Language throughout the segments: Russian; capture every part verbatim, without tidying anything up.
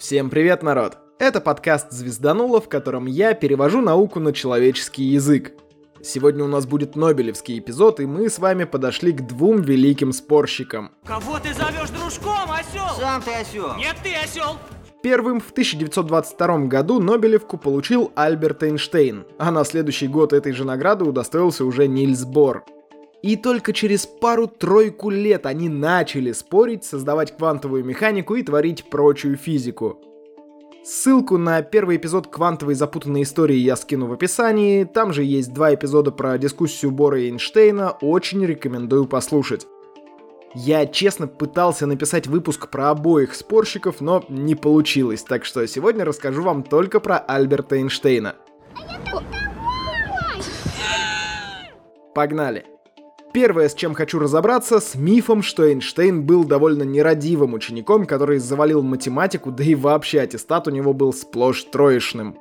Всем привет, народ! Это подкаст «Звездануло», в котором я перевожу науку на человеческий язык. Сегодня у нас будет нобелевский эпизод, и мы с вами подошли к двум великим спорщикам. Кого ты зовешь дружком, осел? Сам ты осел. Нет, ты осел. Первым в тысяча девятьсот двадцать втором году Нобелевку получил Альберт Эйнштейн, а на следующий год этой же награды удостоился уже Нильс Бор. И только через пару-тройку лет они начали спорить, создавать квантовую механику и творить прочую физику. Ссылку на первый эпизод квантовой запутанной истории я скину в описании, там же есть два эпизода про дискуссию Бора и Эйнштейна, очень рекомендую послушать. Я честно пытался написать выпуск про обоих спорщиков, но не получилось, так что сегодня расскажу вам только про Альберта Эйнштейна. Погнали! Первое, с чем хочу разобраться, с мифом, что Эйнштейн был довольно нерадивым учеником, который завалил математику, да и вообще аттестат у него был сплошь троечным.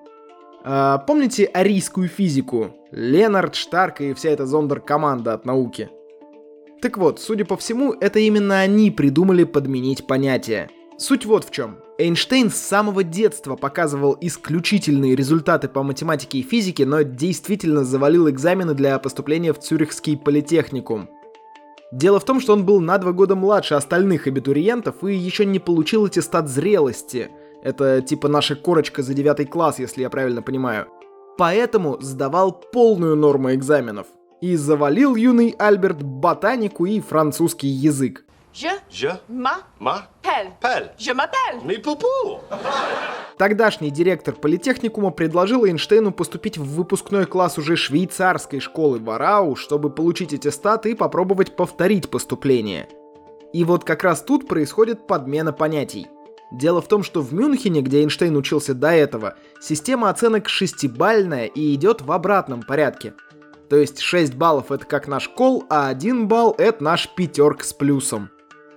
А, помните арийскую физику? Ленард, Штарк и вся эта зондеркоманда от науки. Так вот, судя по всему, это именно они придумали подменить понятия. Суть вот в чем. Эйнштейн с самого детства показывал исключительные результаты по математике и физике, но действительно завалил экзамены для поступления в Цюрихский политехникум. Дело в том, что он был на два года младше остальных абитуриентов и еще не получил аттестат зрелости. Это типа наша корочка за девятый класс, если я правильно понимаю. Поэтому сдавал полную норму экзаменов. И завалил юный Альберт ботанику и французский язык. Je, Je ma, m'appelle. pelle. Je m'appelle. Mais poupou! Тогдашний директор политехникума предложил Эйнштейну поступить в выпускной класс уже швейцарской школы в Арау, чтобы получить аттестат и попробовать повторить поступление. И вот как раз тут происходит подмена понятий. Дело в том, что в Мюнхене, где Эйнштейн учился до этого, система оценок шестибалльная и идет в обратном порядке. То есть шесть баллов это как наш кол, а один балл это наш пятерка с плюсом.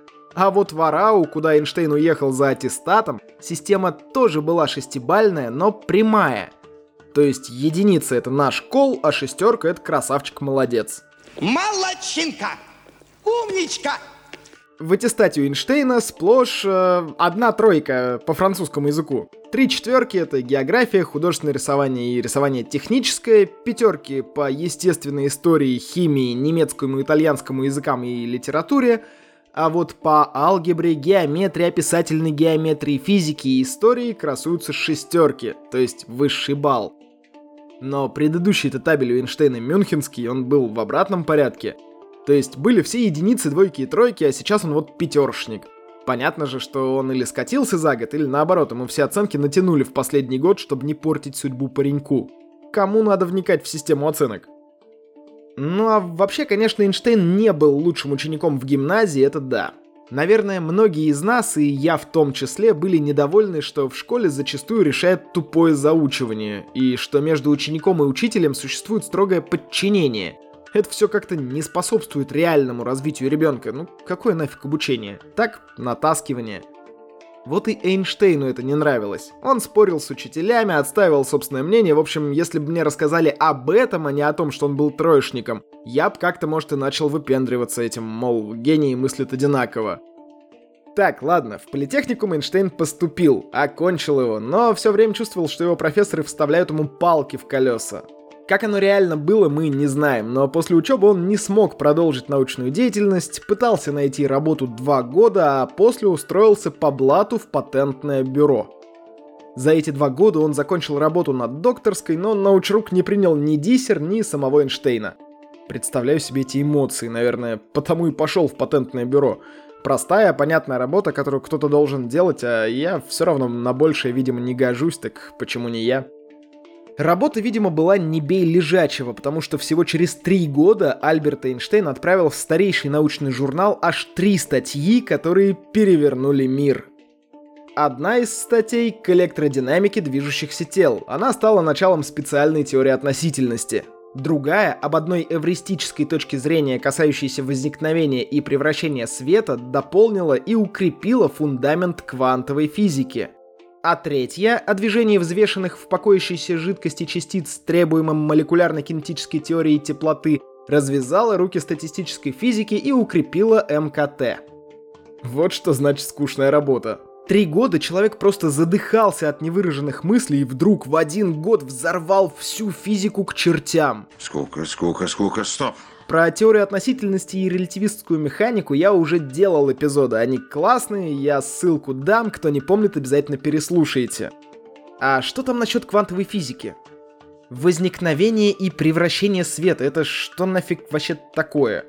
А вот в Арау, куда Эйнштейн уехал за аттестатом, система тоже была шестибалльная, но прямая. То есть единица это наш кол, а шестерка это красавчик-молодец. Молодчинка! Умничка! В аттестате у Эйнштейна сплошь э, одна тройка по французскому языку. Три четверки — это география, художественное рисование и рисование техническое, пятерки по естественной истории, химии, немецкому, итальянскому языкам и литературе, а вот по алгебре, геометрии, описательной геометрии, физике и истории красуются шестерки, то есть высший балл. Но предыдущий-то табель у Эйнштейна мюнхенский, он был в обратном порядке. То есть были все единицы, двойки и тройки, а сейчас он вот пятершник. Понятно же, что он или скатился за год, или наоборот, ему все оценки натянули в последний год, чтобы не портить судьбу пареньку. Кому надо вникать в систему оценок? Ну а вообще, конечно, Эйнштейн не был лучшим учеником в гимназии, это да. Наверное, многие из нас, и я в том числе, были недовольны, что в школе зачастую решает тупое заучивание, и что между учеником и учителем существует строгое подчинение. Это все как-то не способствует реальному развитию ребенка. Ну, какое нафиг обучение? Так, натаскивание. Вот и Эйнштейну это не нравилось. Он спорил с учителями, отстаивал собственное мнение. В общем, если бы мне рассказали об этом, а не о том, что он был троечником, я бы как-то, может, и начал выпендриваться этим, мол, гении мыслят одинаково. Так, ладно, в политехникум Эйнштейн поступил, окончил его, но все время чувствовал, что его профессоры вставляют ему палки в колеса. Как оно реально было, мы не знаем, но после учебы он не смог продолжить научную деятельность, пытался найти работу два года, а после устроился по блату в патентное бюро. За эти два года он закончил работу над докторской, но научрук не принял ни диссер, ни самого Эйнштейна. Представляю себе эти эмоции, наверное, потому и пошел в патентное бюро. Простая, понятная работа, которую кто-то должен делать, а я все равно на большее, видимо, не гожусь, так почему не я? Работа, видимо, была не бей лежачего, потому что всего через три года Альберт Эйнштейн отправил в старейший научный журнал аж три статьи, которые перевернули мир. Одна из статей к электродинамике движущихся тел. Она стала началом специальной теории относительности. Другая, об одной эвристической точке зрения, касающейся возникновения и превращения света, дополнила и укрепила фундамент квантовой физики. А третья, о движении взвешенных в покоящейся жидкости частиц с требуемым молекулярно-кинетической теорией теплоты, развязала руки статистической физики и укрепила эм ка тэ. Вот что значит скучная работа. Три года человек просто задыхался от невыраженных мыслей и вдруг в один год взорвал всю физику к чертям. Сколько, сколько, сколько, стоп! Про теорию относительности и релятивистскую механику я уже делал эпизоды. Они классные, я ссылку дам, кто не помнит, обязательно переслушайте. А что там насчет квантовой физики? Возникновение и превращение света — это что нафиг вообще такое?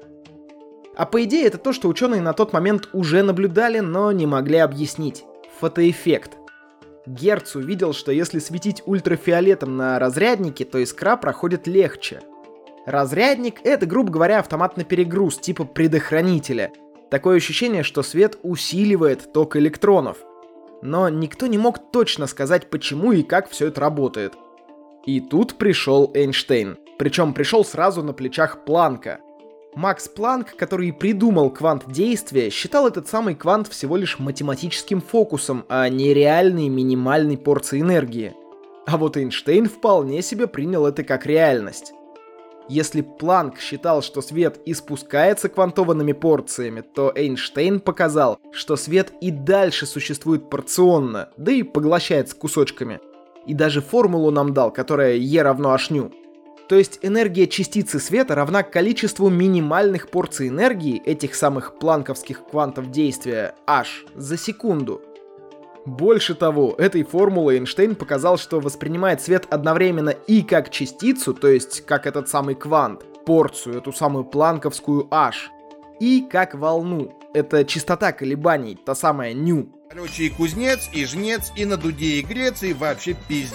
А по идее это то, что ученые на тот момент уже наблюдали, но не могли объяснить. Фотоэффект. Герц увидел, что если светить ультрафиолетом на разряднике, то искра проходит легче. Разрядник — это, грубо говоря, автоматный перегруз, типа предохранителя. Такое ощущение, что свет усиливает ток электронов. Но никто не мог точно сказать, почему и как все это работает. И тут пришел Эйнштейн. Причем пришел сразу на плечах Планка. Макс Планк, который придумал квант действия, считал этот самый квант всего лишь математическим фокусом, а не реальной минимальной порцией энергии. А вот Эйнштейн вполне себе принял это как реальность. Если Планк считал, что свет испускается квантованными порциями, то Эйнштейн показал, что свет и дальше существует порционно, да и поглощается кусочками. И даже формулу нам дал, которая E равно h nu. То есть энергия частицы света равна количеству минимальных порций энергии этих самых планковских квантов действия h за секунду. Больше того, этой формулой Эйнштейн показал, что воспринимает свет одновременно и как частицу, то есть как этот самый квант, порцию, эту самую планковскую h, и как волну. Это частота колебаний, та самая ню. Короче, и кузнец, и жнец, и на дуде, и грец, и вообще пиздец.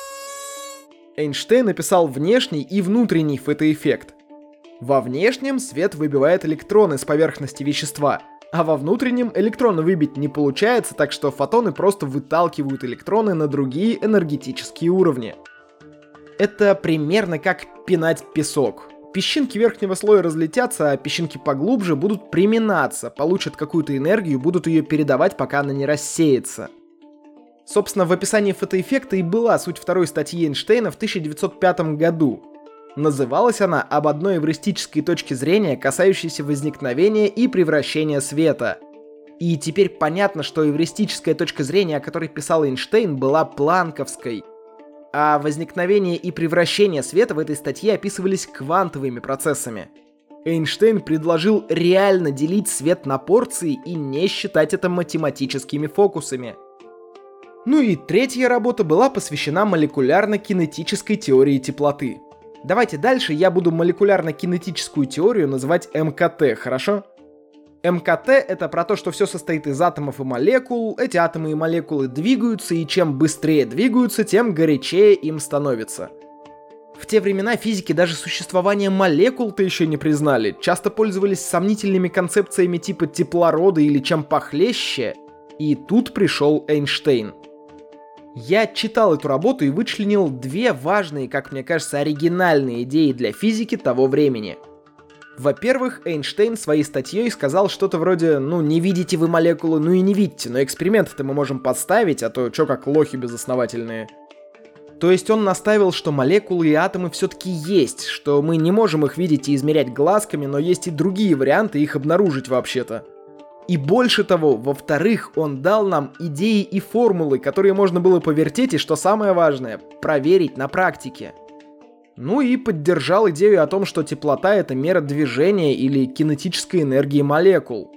Эйнштейн описал внешний и внутренний фотоэффект. Во внешнем свет выбивает электроны с поверхности вещества, а во внутреннем электроны выбить не получается, так что фотоны просто выталкивают электроны на другие энергетические уровни. Это примерно как пинать песок. Песчинки верхнего слоя разлетятся, а песчинки поглубже будут приминаться, получат какую-то энергию, будут ее передавать, пока она не рассеется. Собственно, в описании фотоэффекта и была суть второй статьи Эйнштейна в тысяча девятьсот пятом году. Называлась она «Об одной эвристической точке зрения, касающейся возникновения и превращения света». И теперь понятно, что эвристическая точка зрения, о которой писал Эйнштейн, была планковской. А возникновение и превращение света в этой статье описывались квантовыми процессами. Эйнштейн предложил реально делить свет на порции и не считать это математическими фокусами. Ну и третья работа была посвящена молекулярно-кинетической теории теплоты. Давайте дальше я буду молекулярно-кинетическую теорию называть эм ка тэ, хорошо? эм ка тэ — это про то, что все состоит из атомов и молекул, эти атомы и молекулы двигаются, и чем быстрее двигаются, тем горячее им становится. В те времена физики даже существование молекул-то еще не признали, часто пользовались сомнительными концепциями типа теплорода или чем похлеще, и тут пришел Эйнштейн. Я читал эту работу и вычленил две важные, как мне кажется, оригинальные идеи для физики того времени. Во-первых, Эйнштейн своей статьей сказал что-то вроде «Ну, не видите вы молекулы, ну и не видите, но эксперименты-то мы можем подставить, а то чё как лохи безосновательные». То есть он настаивал, что молекулы и атомы все-таки есть, что мы не можем их видеть и измерять глазками, но есть и другие варианты их обнаружить вообще-то. И больше того, во-вторых, он дал нам идеи и формулы, которые можно было повертеть и, что самое важное, проверить на практике. Ну и поддержал идею о том, что теплота — это мера движения или кинетической энергии молекул.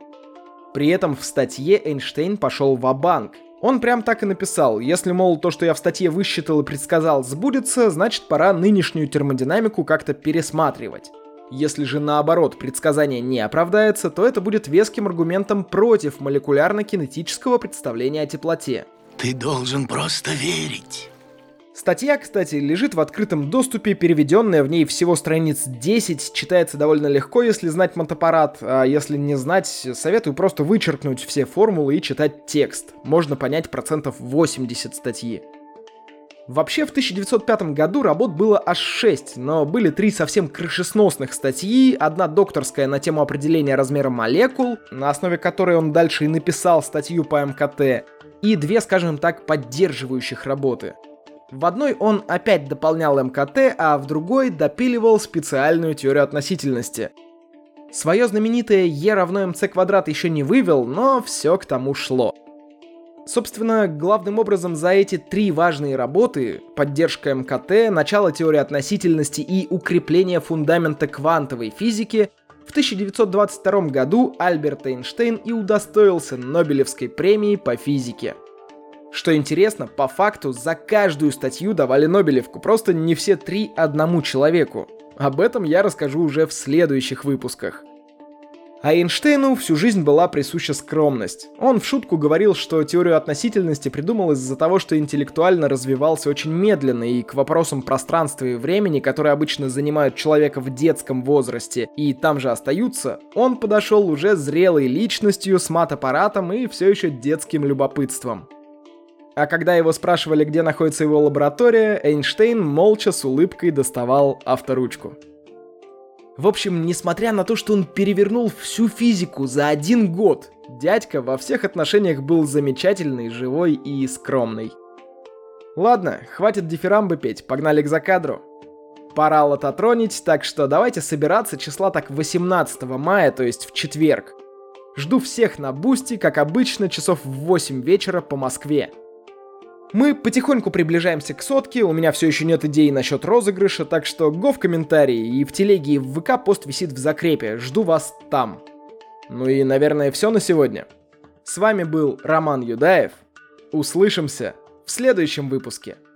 При этом в статье Эйнштейн пошел ва-банк. Он прям так и написал: если, мол, то, что я в статье высчитал и предсказал, сбудется, значит пора нынешнюю термодинамику как-то пересматривать. Если же наоборот предсказание не оправдается, то это будет веским аргументом против молекулярно-кинетического представления о теплоте. Ты должен просто верить. Статья, кстати, лежит в открытом доступе, переведенная в ней всего страниц десять, читается довольно легко, если знать матаппарат, а если не знать, советую просто вычеркнуть все формулы и читать текст. Можно понять процентов восемьдесят статьи. Вообще, в тысяча девятьсот пятом году работ было аж шесть, но были три совсем крышесносных статьи, одна докторская на тему определения размера молекул, на основе которой он дальше и написал статью по эм ка тэ, и две, скажем так, поддерживающих работы. В одной он опять дополнял эм ка тэ, а в другой допиливал специальную теорию относительности. Свое знаменитое E равно mc квадрат еще не вывел, но все к тому шло. Собственно, главным образом за эти три важные работы — поддержка эм ка тэ, начало теории относительности и укрепление фундамента квантовой физики — в тысяча девятьсот двадцать втором году Альберт Эйнштейн и удостоился Нобелевской премии по физике. Что интересно, по факту за каждую статью давали Нобелевку, просто не все три одному человеку. Об этом я расскажу уже в следующих выпусках. А Эйнштейну всю жизнь была присуща скромность. Он в шутку говорил, что теорию относительности придумал из-за того, что интеллектуально развивался очень медленно, и к вопросам пространства и времени, которые обычно занимают человека в детском возрасте и там же остаются, он подошел уже зрелой личностью с мат-аппаратом и все еще детским любопытством. А когда его спрашивали, где находится его лаборатория, Эйнштейн молча с улыбкой доставал авторучку. В общем, несмотря на то, что он перевернул всю физику за один год, дядька во всех отношениях был замечательный, живой и скромный. Ладно, хватит дифирамбы петь, погнали к закадру. Пора лототронить, так что давайте собираться числа так восемнадцатого мая, то есть в четверг. Жду всех на бусти, как обычно, часов в восемь вечера по Москве. Мы потихоньку приближаемся к сотке, у меня все еще нет идей насчет розыгрыша, так что го в комментарии, и в телеге, и в вэ ка пост висит в закрепе, жду вас там. Ну и, наверное, все на сегодня. С вами был Роман Юдаев. Услышимся в следующем выпуске.